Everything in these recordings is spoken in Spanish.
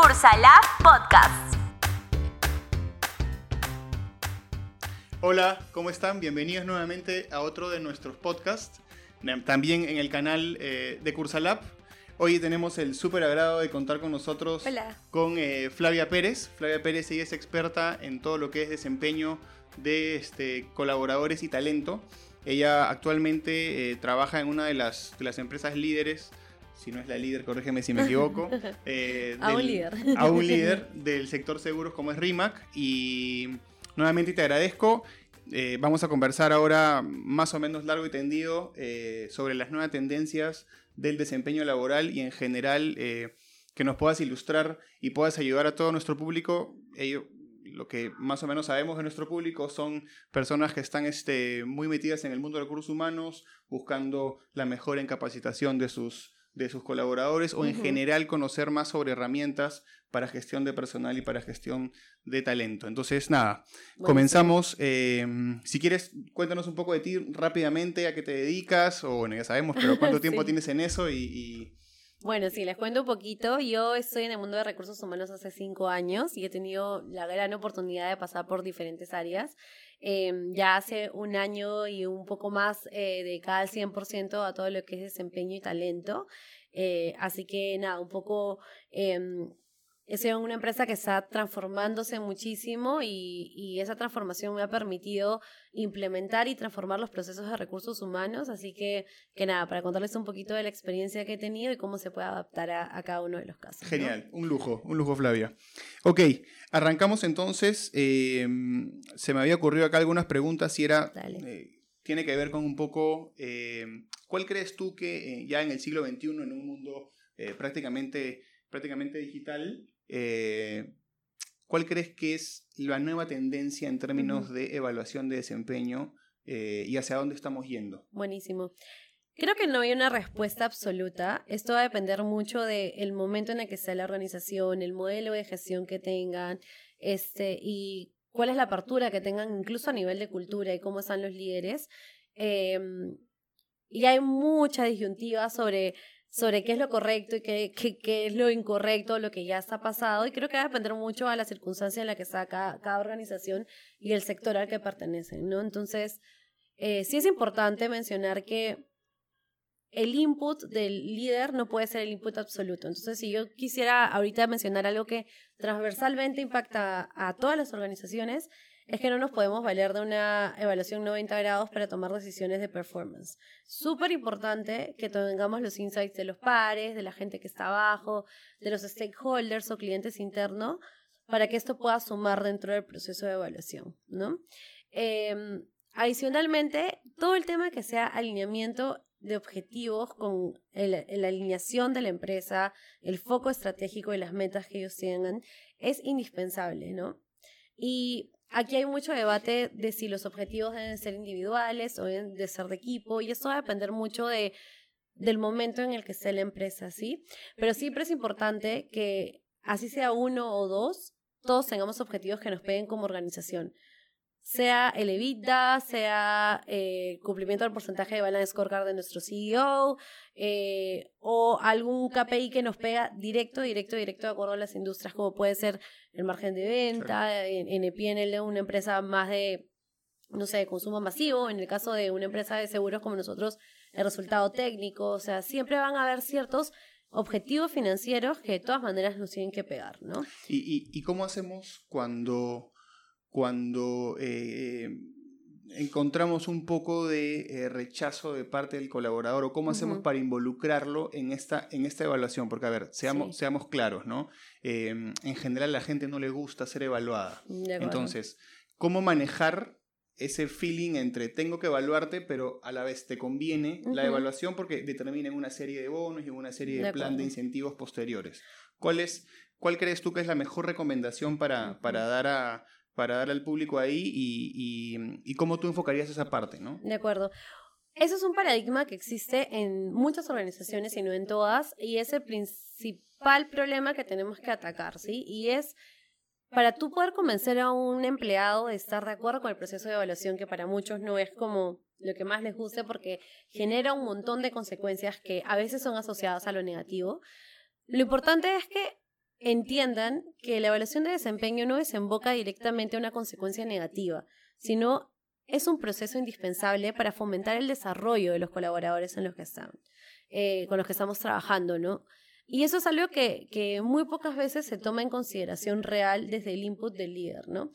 Cursalab Podcast. Hola, ¿cómo están? Bienvenidos nuevamente a otro de nuestros podcasts, también en el canal de Cursalab. Hoy tenemos el súper agrado de contar con nosotros con Flavia Pérez. Flavia Pérez, ella es experta en todo lo que es desempeño de colaboradores y talento. Ella actualmente trabaja en una de las empresas líderes, si no es la líder, corrígeme si me equivoco. A un líder del sector seguros como es RIMAC. Y nuevamente te agradezco. Vamos a conversar ahora más o menos largo y tendido sobre las nuevas tendencias del desempeño laboral y en general que nos puedas ilustrar y puedas ayudar a todo nuestro público. Lo que más o menos sabemos de nuestro público son personas que están muy metidas en el mundo de recursos humanos, buscando la mejora en capacitación de sus colaboradores o en general conocer más sobre herramientas para gestión de personal y para gestión de talento. Entonces, nada, comenzamos. Si quieres, cuéntanos un poco de ti rápidamente, a qué te dedicas, o bueno, ya sabemos, pero cuánto tiempo tienes en eso y... Bueno, sí, les cuento un poquito. Yo estoy en el mundo de recursos humanos hace 5 años y he tenido la gran oportunidad de pasar por diferentes áreas. Ya hace 1 año y un poco más dedicada al 100% a todo lo que es desempeño y talento. Así que nada, un poco... Estoy en una empresa que está transformándose muchísimo y esa transformación me ha permitido implementar y transformar los procesos de recursos humanos. Así que nada, para contarles un poquito de la experiencia que he tenido y cómo se puede adaptar a cada uno de los casos. Genial, ¿no? Un lujo, Flavia. Ok, arrancamos entonces. Se me había ocurrido acá algunas preguntas y tiene que ver con un poco, ¿cuál crees tú que ya en el siglo XXI, en un mundo prácticamente digital, ¿cuál crees que es la nueva tendencia en términos de evaluación de desempeño y hacia dónde estamos yendo? Buenísimo. Creo que no hay una respuesta absoluta. Esto va a depender mucho del momento en el que esté la organización, el modelo de gestión que tengan, y cuál es la apertura que tengan incluso a nivel de cultura y cómo están los líderes. Y hay mucha disyuntiva sobre qué es lo correcto y qué es lo incorrecto, lo que ya está pasado. Y creo que va a depender mucho a la circunstancia en la que está cada organización y el sector al que pertenecen, ¿no? Entonces, sí es importante mencionar que el input del líder no puede ser el input absoluto. Entonces, si yo quisiera ahorita mencionar algo que transversalmente impacta a todas las organizaciones, es que no nos podemos valer de una evaluación 90 grados para tomar decisiones de performance. Súper importante que tengamos los insights de los pares, de la gente que está abajo, de los stakeholders o clientes internos, para que esto pueda sumar dentro del proceso de evaluación, ¿no? Adicionalmente, todo el tema que sea alineamiento de objetivos con la alineación de la empresa, el foco estratégico y las metas que ellos tengan, es indispensable, ¿no? Y aquí hay mucho debate de si los objetivos deben ser individuales o deben de ser de equipo, y esto va a depender mucho del momento en el que esté la empresa, ¿sí? Pero siempre es importante que, así sea 1 o 2, todos tengamos objetivos que nos peguen como organización. Sea el EBITDA, sea cumplimiento del porcentaje de balance scorecard de nuestro CEO, o algún KPI que nos pega directo de acuerdo a las industrias, como puede ser el margen de venta, en el P&L de una empresa más de, no sé, de consumo masivo, en el caso de una empresa de seguros como nosotros, el resultado técnico. O sea, siempre van a haber ciertos objetivos financieros que de todas maneras nos tienen que pegar, ¿no? ¿Y cómo hacemos cuando encontramos un poco de rechazo de parte del colaborador, o cómo hacemos para involucrarlo en esta evaluación? Porque, a ver, seamos claros, ¿no? En general a la gente no le gusta ser evaluada. Entonces, ¿cómo manejar ese feeling entre tengo que evaluarte, pero a la vez te conviene la evaluación porque determina una serie de bonos y una serie de plan de incentivos posteriores? ¿Cuál crees tú que es la mejor recomendación para darle al público ahí y cómo tú enfocarías esa parte, ¿no? De acuerdo. Eso es un paradigma que existe en muchas organizaciones y no en todas, y es el principal problema que tenemos que atacar, ¿sí? Y es, para tú poder convencer a un empleado de estar de acuerdo con el proceso de evaluación, que para muchos no es como lo que más les guste porque genera un montón de consecuencias que a veces son asociadas a lo negativo, lo importante es que entiendan que la evaluación de desempeño no desemboca directamente en una consecuencia negativa, sino es un proceso indispensable para fomentar el desarrollo de los colaboradores en los que están, con los que estamos trabajando, ¿no? Y eso es algo que muy pocas veces se toma en consideración real desde el input del líder, ¿no?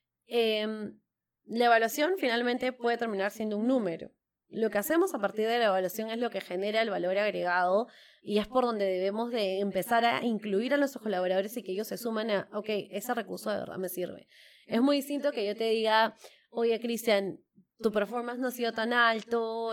La evaluación finalmente puede terminar siendo un número. Lo que hacemos a partir de la evaluación es lo que genera el valor agregado y es por donde debemos de empezar a incluir a nuestros colaboradores y que ellos se sumen a, ok, ese recurso de verdad me sirve. Es muy distinto que yo te diga, oye, Cristian, tu performance no ha sido tan alto,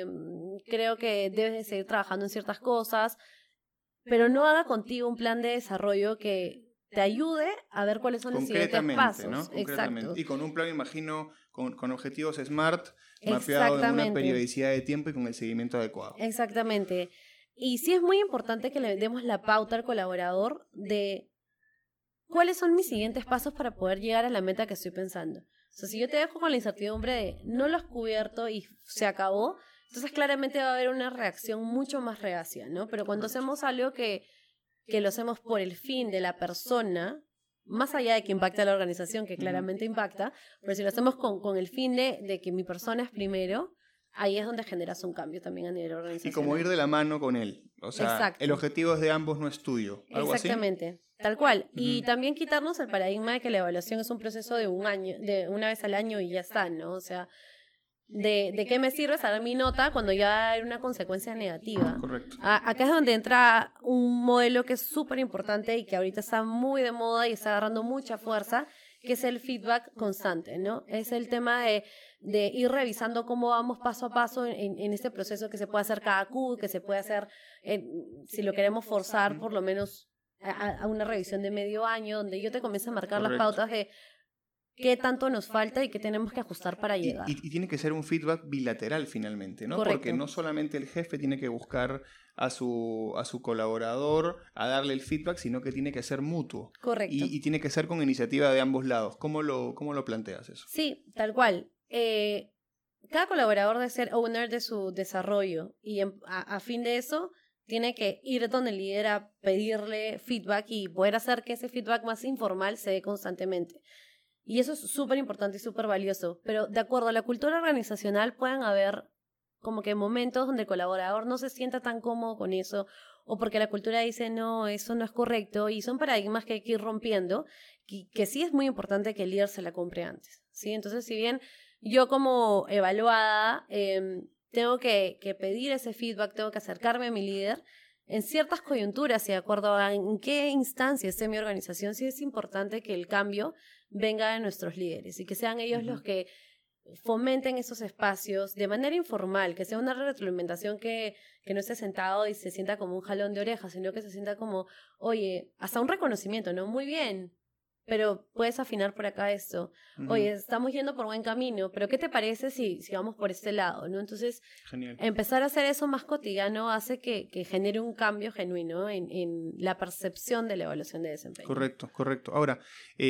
creo que debes de seguir trabajando en ciertas cosas, pero no haga contigo un plan de desarrollo que te ayude a ver cuáles son los siguientes pasos. ¿No? Concretamente. Exacto. Y con un plan, imagino, con objetivos SMART, mapeado en una periodicidad de tiempo y con el seguimiento adecuado. Exactamente. Y sí es muy importante que le demos la pauta al colaborador de cuáles son mis siguientes pasos para poder llegar a la meta que estoy pensando. O sea, si yo te dejo con la incertidumbre de no lo has cubierto y se acabó, entonces claramente va a haber una reacción mucho más reacia, ¿no? Pero cuando hacemos algo que lo hacemos por el fin de la persona, más allá de que impacte a la organización, que claramente impacta, pero si lo hacemos con el fin de que mi persona es primero, ahí es donde generas un cambio también a nivel organizacional. Y como ir de la mano con él. O sea, exacto, el objetivo es de ambos, no es tuyo. ¿Algo exactamente, así? Tal cual. Y también quitarnos el paradigma de que la evaluación es un proceso de un año, de una vez al año y ya está, ¿no? O sea, ¿de qué me sirve saber mi nota cuando ya hay una consecuencia negativa? Correcto. Acá es donde entra un modelo que es súper importante y que ahorita está muy de moda y está agarrando mucha fuerza, que es el feedback constante, ¿no? Es el tema de ir revisando cómo vamos paso a paso en este proceso que se puede hacer cada Q, que se puede hacer, si lo queremos forzar, por lo menos a una revisión de medio año, donde yo te comienzo a marcar las pautas de qué tanto nos falta y qué tenemos que ajustar para llegar. Y tiene que ser un feedback bilateral finalmente, ¿no? Correcto. Porque no solamente el jefe tiene que buscar a su colaborador a darle el feedback, sino que tiene que ser mutuo. Correcto. Y tiene que ser con iniciativa de ambos lados. ¿Cómo lo planteas eso? Sí, tal cual. Cada colaborador debe ser owner de su desarrollo y a fin de eso tiene que ir donde el líder a pedirle feedback y poder hacer que ese feedback más informal se dé constantemente. Y eso es súper importante y súper valioso. Pero de acuerdo a la cultura organizacional pueden haber como que momentos donde el colaborador no se sienta tan cómodo con eso o porque la cultura dice no, eso no es correcto y son paradigmas que hay que ir rompiendo que sí es muy importante que el líder se la compre antes, ¿sí? Entonces, si bien yo como evaluada tengo que pedir ese feedback, tengo que acercarme a mi líder, en ciertas coyunturas y de acuerdo a en qué instancia esté mi organización, sí es importante que el cambio venga de nuestros líderes y que sean ellos los que fomenten esos espacios de manera informal, que sea una retroalimentación que no esté sentado y se sienta como un jalón de orejas, sino que se sienta como, oye, hasta un reconocimiento, ¿no? Muy bien, pero puedes afinar por acá esto. Oye, estamos yendo por buen camino, pero ¿qué te parece si vamos por este lado, ¿no? Entonces, genial, empezar a hacer eso más cotidiano hace que genere un cambio genuino en la percepción de la evaluación de desempeño. Correcto. Ahora,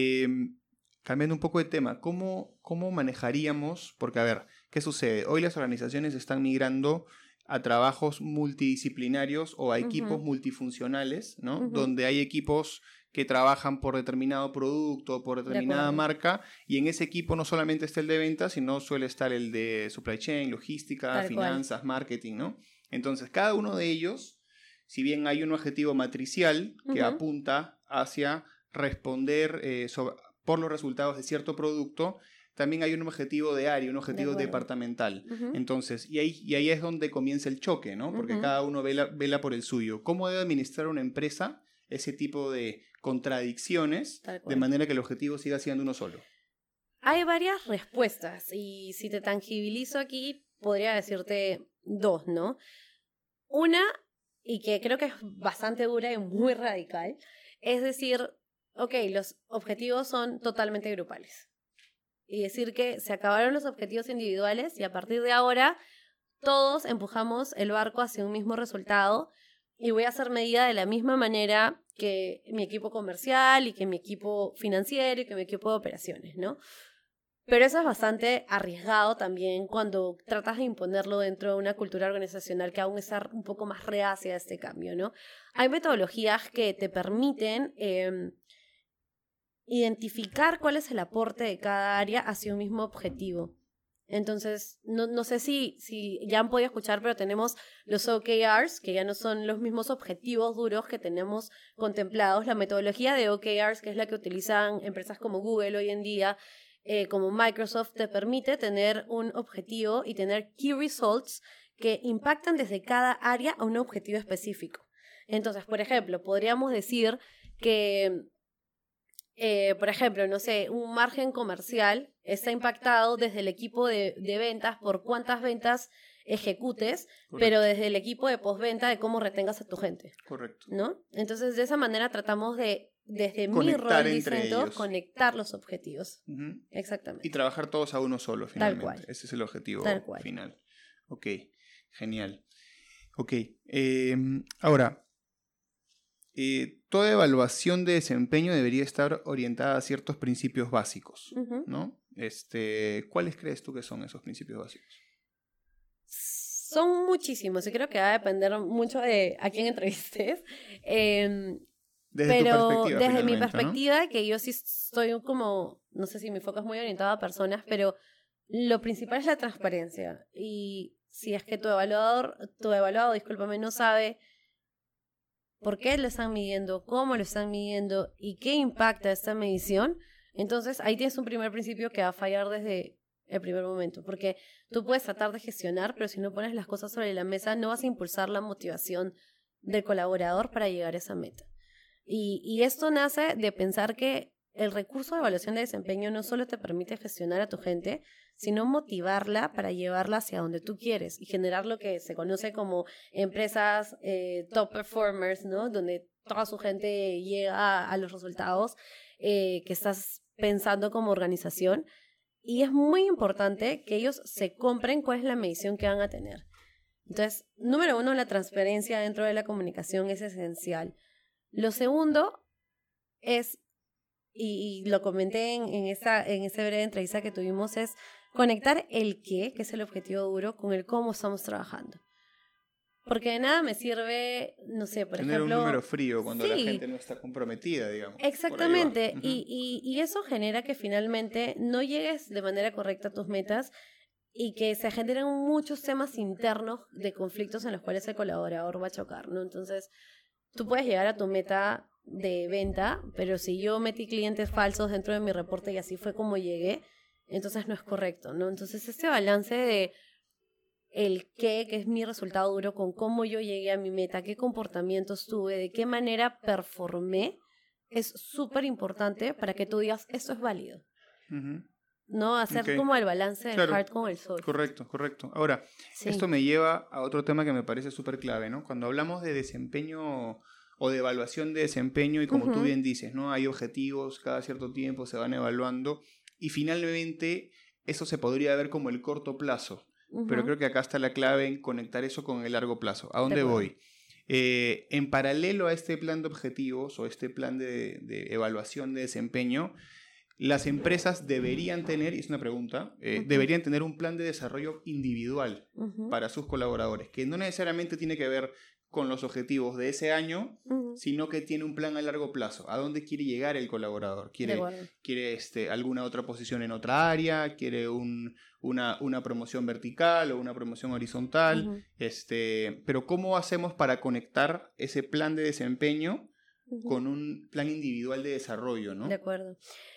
cambiando un poco de tema, ¿cómo manejaríamos? Porque, a ver, ¿qué sucede? Hoy las organizaciones están migrando a trabajos multidisciplinarios o a equipos multifuncionales, ¿no? Donde hay equipos que trabajan por determinado producto, por determinada marca, y en ese equipo no solamente está el de ventas, sino suele estar el de supply chain, logística, finanzas, marketing, ¿no? Entonces, cada uno de ellos, si bien hay un objetivo matricial que apunta hacia responder por los resultados de cierto producto, también hay un objetivo de área, un objetivo departamental. Entonces, y ahí es donde comienza el choque, ¿no? Porque cada uno vela por el suyo. ¿Cómo debe administrar una empresa ese tipo de contradicciones de manera que el objetivo siga siendo uno solo? Hay varias respuestas y si te tangibilizo aquí, podría decirte dos, ¿no? Una, y que creo que es bastante dura y muy radical, es decir, ok, los objetivos son totalmente grupales. Y decir que se acabaron los objetivos individuales y a partir de ahora todos empujamos el barco hacia un mismo resultado y voy a ser medida de la misma manera que mi equipo comercial y que mi equipo financiero y que mi equipo de operaciones, ¿no? Pero eso es bastante arriesgado también cuando tratas de imponerlo dentro de una cultura organizacional que aún está un poco más reacia a este cambio, ¿no? Hay metodologías que te permiten identificar cuál es el aporte de cada área hacia un mismo objetivo. Entonces, no sé si ya han podido escuchar, pero tenemos los OKRs, que ya no son los mismos objetivos duros que tenemos contemplados. La metodología de OKRs, que es la que utilizan empresas como Google hoy en día, como Microsoft, te permite tener un objetivo y tener key results que impactan desde cada área a un objetivo específico. Entonces, por ejemplo, podríamos decir que por ejemplo, no sé, un margen comercial está impactado desde el equipo de ventas por cuántas ventas ejecutes, Correcto. pero desde el equipo de postventa de cómo retengas a tu gente. Correcto. ¿No? Entonces, de esa manera tratamos de, desde Conectar mi rol entre distinto, ellos. conectar los objetivos. Ujú. Exactamente. Y trabajar todos a uno solo, finalmente. cual. Ese es el objetivo Tal cual. final. Ok, genial. Ok, ahora, toda evaluación de desempeño debería estar orientada a ciertos principios básicos, Ujú. ¿no? ¿Cuáles crees tú que son esos principios básicos? Son muchísimos y creo que va a depender mucho de a quién entrevistes. Desde tu Pero perspectiva, desde mi finalmente, perspectiva, que yo sí estoy como, no sé si mi foco es muy orientado a personas, pero lo principal es la transparencia. Y si es que tu evaluado, discúlpame, no sabe por qué lo están midiendo, cómo lo están midiendo y qué impacta esta medición, entonces ahí tienes un primer principio que va a fallar desde el primer momento, porque tú puedes tratar de gestionar, pero si no pones las cosas sobre la mesa, no vas a impulsar la motivación del colaborador para llegar a esa meta. Y esto nace de pensar que el recurso de evaluación de desempeño no solo te permite gestionar a tu gente, sino motivarla para llevarla hacia donde tú quieres y generar lo que se conoce como empresas top performers, ¿no? Donde toda su gente llega a los resultados que estás pensando como organización. Y es muy importante que ellos se compren cuál es la medición que van a tener. Entonces, número 1, la transparencia dentro de la comunicación es esencial. Lo segundo es, y lo comenté en esa breve entrevista que tuvimos, es conectar el qué, que es el objetivo duro, con el cómo estamos trabajando. Porque de nada me sirve, no sé, por Tener ejemplo... un número frío cuando la Sí. gente no está comprometida, digamos. Exactamente, Por ahí va. y eso genera que finalmente no llegues de manera correcta a tus metas y que se generen muchos temas internos de conflictos en los cuales el colaborador va a chocar, ¿no? Entonces, tú puedes llegar a tu meta de venta, pero si yo metí clientes falsos dentro de mi reporte y así fue como llegué, entonces no es correcto, ¿no? Entonces, este balance de el qué, que es mi resultado duro, con cómo yo llegué a mi meta, qué comportamientos tuve, de qué manera performé, es súper importante para que tú digas, esto es válido. Ujú. ¿No? Hacer Ok. como el balance del Claro. hard con el soft. Correcto. Ahora, Sí. esto me lleva a otro tema que me parece súper clave, ¿no? Cuando hablamos de desempeño o de evaluación de desempeño, y como tú Ujú. bien dices, ¿no? Hay objetivos, cada cierto tiempo se van evaluando, y finalmente eso se podría ver como el corto plazo. Ujú. Pero creo que acá está la clave en conectar eso con el largo plazo. ¿A dónde De acuerdo. voy? En paralelo a este plan de objetivos o este plan de evaluación de desempeño, las empresas deberían tener, y es una pregunta, Ujú. deberían tener un plan de desarrollo individual Ujú. para sus colaboradores, que no necesariamente tiene que ver con los objetivos de ese año, Ujú. sino que tiene un plan a largo plazo. ¿A dónde quiere llegar el colaborador? De ¿Quiere acuerdo. alguna otra posición en otra área? ¿Quiere una promoción vertical o una promoción horizontal? Ujú. Pero ¿cómo hacemos para conectar ese plan de desempeño Ujú. con un plan individual de desarrollo, ¿no? De acuerdo.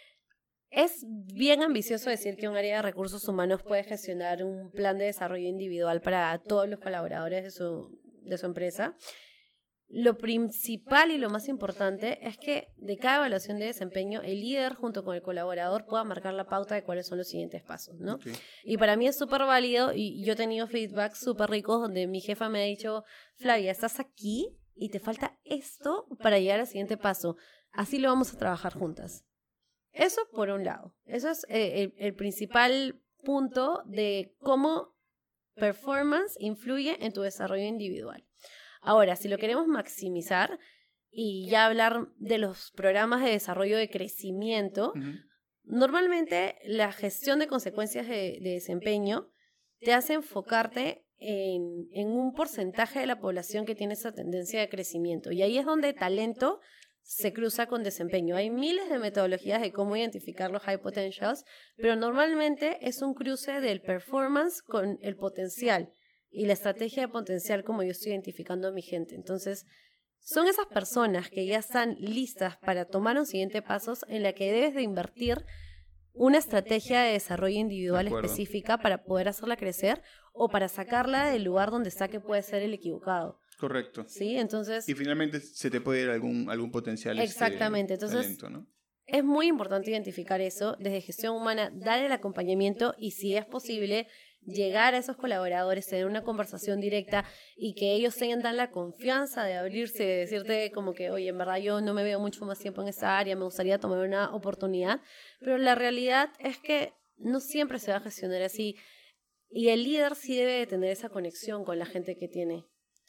Es bien ambicioso decir que un área de recursos humanos puede gestionar un plan de desarrollo individual para todos los colaboradores de su empresa. Lo principal y lo más importante es que de cada evaluación de desempeño, el líder junto con el colaborador pueda marcar la pauta de cuáles son los siguientes pasos, ¿no? Ok. Y para mí es súper válido y yo he tenido feedbacks súper ricos donde mi jefa me ha dicho, Flavia, estás aquí y te falta esto para llegar al siguiente paso. Así lo vamos a trabajar juntas. Eso por un lado. Eso es el principal punto de cómo performance influye en tu desarrollo individual. Ahora, si lo queremos maximizar y ya hablar de los programas de desarrollo de crecimiento, Ujú. Normalmente la gestión de consecuencias de desempeño te hace enfocarte en un porcentaje de la población que tiene esa tendencia de crecimiento. Y ahí es donde talento se cruza con desempeño. Hay miles de metodologías de cómo identificar los high potentials, pero normalmente es un cruce del performance con el potencial y la estrategia de potencial como yo estoy identificando a mi gente. Entonces, son esas personas que ya están listas para tomar un siguiente paso en la que debes de invertir una estrategia de desarrollo individual específica para poder hacerla crecer o para sacarla del lugar donde está que puede ser el equivocado. Correcto. ¿Sí? Entonces, y finalmente se te puede ir algún potencial exactamente. Entonces, talento, ¿no? Es muy importante identificar eso desde gestión humana, dar el acompañamiento y si es posible llegar a esos colaboradores, tener una conversación directa y que ellos tengan la confianza de abrirse, de decirte como que, oye, en verdad yo no me veo mucho más tiempo en esa área, me gustaría tomar una oportunidad, pero la realidad es que no siempre se va a gestionar así y el líder sí debe de tener esa conexión con la gente que tiene.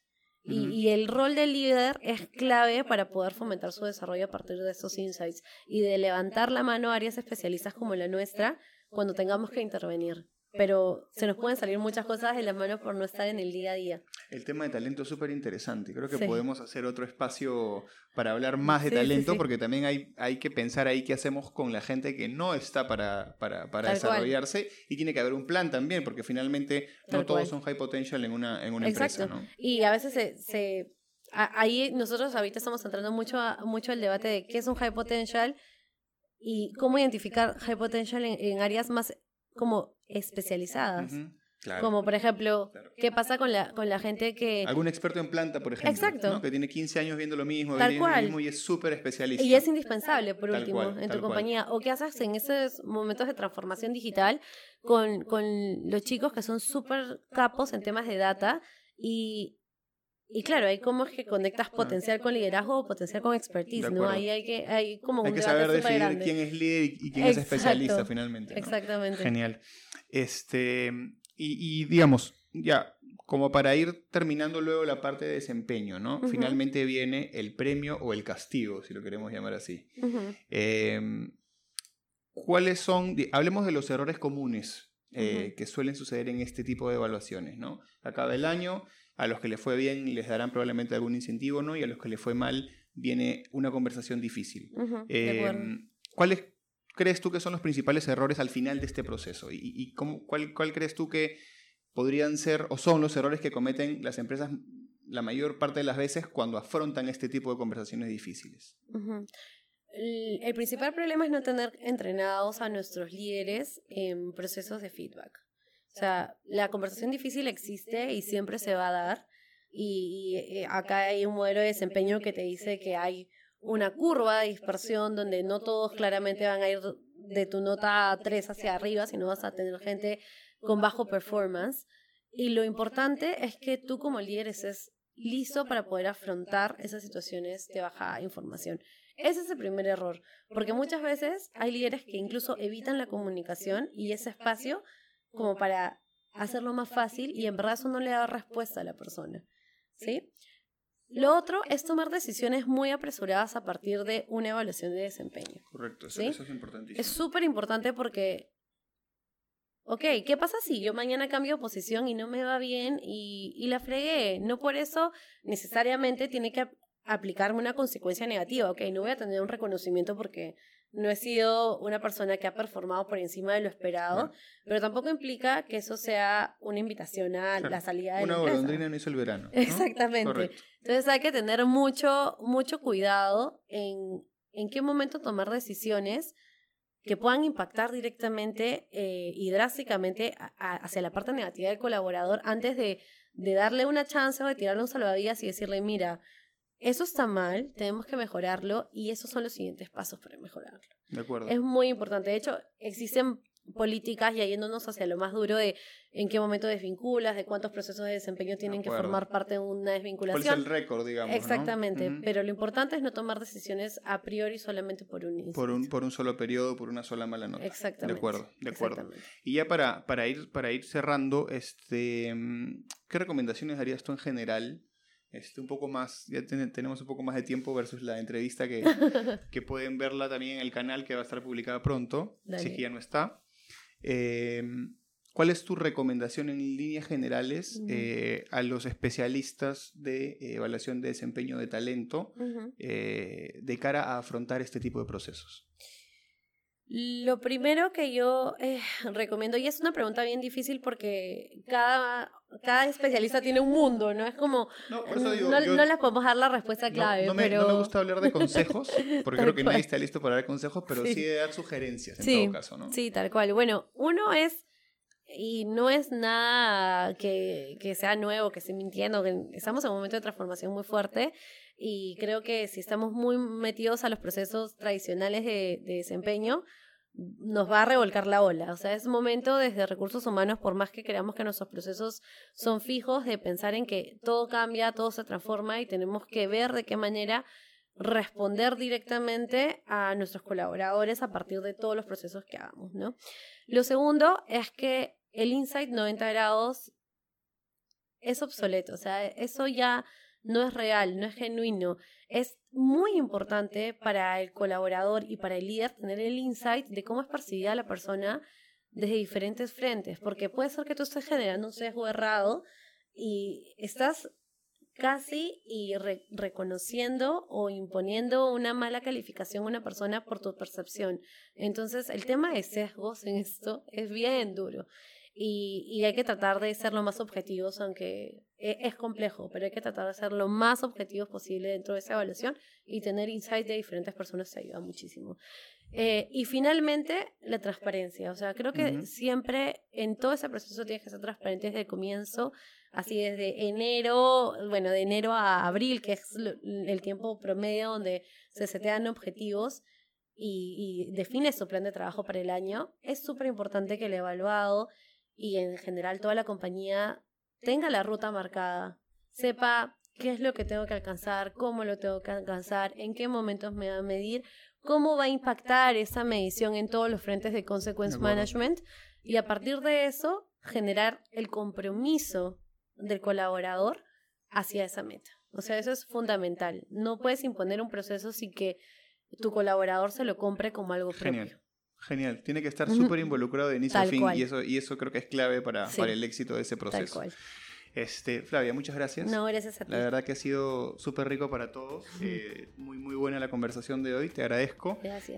Y el rol del líder es clave para poder fomentar su desarrollo a partir de esos insights y de levantar la mano a áreas especialistas como la nuestra cuando tengamos que intervenir. Pero se nos pueden salir muchas cosas de las manos por no estar en el día a día. El tema de talento es súper interesante. Creo que sí. podemos hacer otro espacio para hablar más de talento, sí. Porque también hay que pensar ahí qué hacemos con la gente que no está para desarrollarse. Y tiene que haber un plan también, porque finalmente no todos son high potential en una empresa, ¿no? Y a veces ahí nosotros ahorita estamos entrando mucho al debate de qué es un high potential y cómo identificar high potential en áreas más como especializadas. Claro. Como por ejemplo, ¿qué pasa con la gente que... Algún experto en planta, por ejemplo. Exacto. ¿No? Que tiene 15 años viendo lo mismo, y es súper especialista. Y es indispensable, por último, en tu tal compañía. O qué haces en esos momentos de transformación digital con los chicos que son súper capos en temas de data y claro, hay cómo es que conectas potencial con liderazgo o potencial con expertise, ¿no? Ahí hay como un debate saber definir grande. Quién es líder y quién es especialista finalmente, ¿no? Exactamente. Genial. Y digamos, ya, como para ir terminando luego la parte de desempeño, ¿no? Finalmente viene el premio o el castigo, si lo queremos llamar así. ¿Cuáles son? Hablemos de los errores comunes que suelen suceder en este tipo de evaluaciones, ¿no? Acaba el año, a los que les fue bien les darán probablemente algún incentivo, ¿no? Y a los que les fue mal viene una conversación difícil. De acuerdo. ¿Cuáles crees tú que son los principales errores al final de este proceso? ¿Y cuál crees tú que podrían ser o son los errores que cometen las empresas la mayor parte de las veces cuando afrontan este tipo de conversaciones difíciles? El principal problema es no tener entrenados a nuestros líderes en procesos de feedback. O sea, la conversación difícil existe y siempre se va a dar. Y acá hay un modelo de desempeño que te dice que hay una curva de dispersión donde no todos claramente van a ir de tu nota 3 hacia arriba, sino vas a tener gente con bajo performance. Y lo importante es que tú como líder estés listo para poder afrontar esas situaciones de baja información. Ese es el primer error, porque muchas veces hay líderes que incluso evitan la comunicación y ese espacio como para hacerlo más fácil y en verdad eso no le da respuesta a la persona, ¿sí? Lo otro es tomar decisiones muy apresuradas a partir de una evaluación de desempeño. Correcto, ¿sí? Eso es importantísimo. Es súper importante porque, ¿qué pasa si yo mañana cambio de posición y no me va bien y la fregué? No por eso necesariamente tiene que aplicarme una consecuencia negativa. No voy a tener un reconocimiento porque no he sido una persona que ha performado por encima de lo esperado, pero tampoco implica que eso sea una invitación a la salida de la empresa. Una golondrina no hizo el verano, ¿no? Exactamente. Correcto. Entonces hay que tener mucho cuidado en qué momento tomar decisiones que puedan impactar directamente y drásticamente hacia la parte negativa del colaborador antes de darle una chance o de tirarle un salvavidas y decirle, mira, eso está mal, tenemos que mejorarlo y esos son los siguientes pasos para mejorarlo. De acuerdo. Es muy importante. De hecho, existen políticas y yéndonos hacia lo más duro de en qué momento desvinculas, de cuántos procesos de desempeño tienen que formar parte de una desvinculación. ¿Cuál es el récord, digamos? Exactamente, ¿no? Pero lo importante es no tomar decisiones a priori solamente por un instante. Por un solo periodo, por una sola mala nota. Exactamente. De acuerdo. Y ya para ir cerrando, ¿qué recomendaciones darías tú en general un poco más, ya tenemos un poco más de tiempo versus la entrevista que pueden verla también en el canal que va a estar publicada pronto, Dale. si es que ya no está. ¿Cuál es tu recomendación en líneas generales a los especialistas de evaluación de desempeño de talento de cara a afrontar este tipo de procesos? Lo primero que yo recomiendo, y es una pregunta bien difícil porque cada especialista tiene un mundo, ¿no? Es como, por eso digo, no les podemos dar la respuesta clave. No me gusta hablar de consejos, porque creo que nadie está listo para dar consejos, pero sí de dar sugerencias en todo caso, ¿no? Sí, tal cual. Bueno, uno es, y no es nada que sea nuevo, que esté mintiendo, que estamos en un momento de transformación muy fuerte. Y creo que si estamos muy metidos a los procesos tradicionales de desempeño, nos va a revolcar la ola. O sea, es momento desde recursos humanos, por más que creamos que nuestros procesos son fijos, de pensar en que todo cambia, todo se transforma y tenemos que ver de qué manera responder directamente a nuestros colaboradores a partir de todos los procesos que hagamos, ¿no? Lo segundo es que el Insight 90 grados es obsoleto. O sea, eso ya no es real, no es genuino. Es muy importante para el colaborador y para el líder tener el insight de cómo es percibida la persona desde diferentes frentes, porque puede ser que tú estés generando un sesgo errado y estás casi reconociendo o imponiendo una mala calificación a una persona por tu percepción. Entonces, el tema de sesgos en esto es bien duro. Y hay que tratar de ser lo más objetivos, aunque es complejo, pero hay que tratar de ser lo más objetivos posible dentro de esa evaluación y tener insights de diferentes personas te ayuda muchísimo. Y finalmente, la transparencia. O sea, creo que siempre en todo ese proceso tienes que ser transparente desde el comienzo, así desde enero, bueno, de enero a abril, que es el tiempo promedio donde se setean objetivos y defines tu plan de trabajo para el año. Es súper importante que el evaluado y en general toda la compañía tenga la ruta marcada, sepa qué es lo que tengo que alcanzar, cómo lo tengo que alcanzar, en qué momentos me va a medir, cómo va a impactar esa medición en todos los frentes de consequence management y a partir de eso generar el compromiso del colaborador hacia esa meta. O sea, eso es fundamental. No puedes imponer un proceso sin que tu colaborador se lo compre como algo propio. Genial, tiene que estar súper involucrado de inicio a fin y eso creo que es clave para el éxito de ese proceso. Tal cual. Flavia, muchas gracias. No, gracias a ti. La verdad que ha sido súper rico para todos. Muy, muy buena la conversación de hoy, te agradezco. Gracias.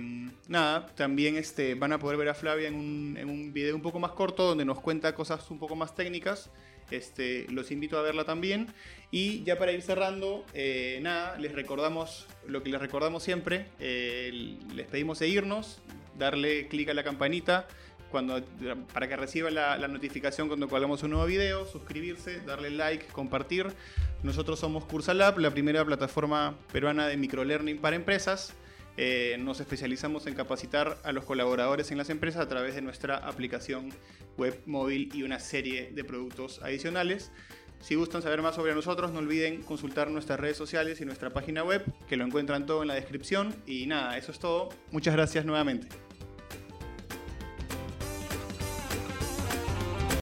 También van a poder ver a Flavia en un video un poco más corto donde nos cuenta cosas un poco más técnicas. Los invito a verla también. Y ya para ir cerrando, les recordamos lo que les recordamos siempre. Les pedimos seguirnos, darle clic a la campanita para que reciba la notificación cuando colgamos un nuevo video, suscribirse, darle like, compartir. Nosotros somos Cursalab, la primera plataforma peruana de microlearning para empresas. Nos especializamos en capacitar a los colaboradores en las empresas a través de nuestra aplicación web móvil y una serie de productos adicionales. Si gustan saber más sobre nosotros, no olviden consultar nuestras redes sociales y nuestra página web, que lo encuentran todo en la descripción. Y nada, eso es todo. Muchas gracias nuevamente.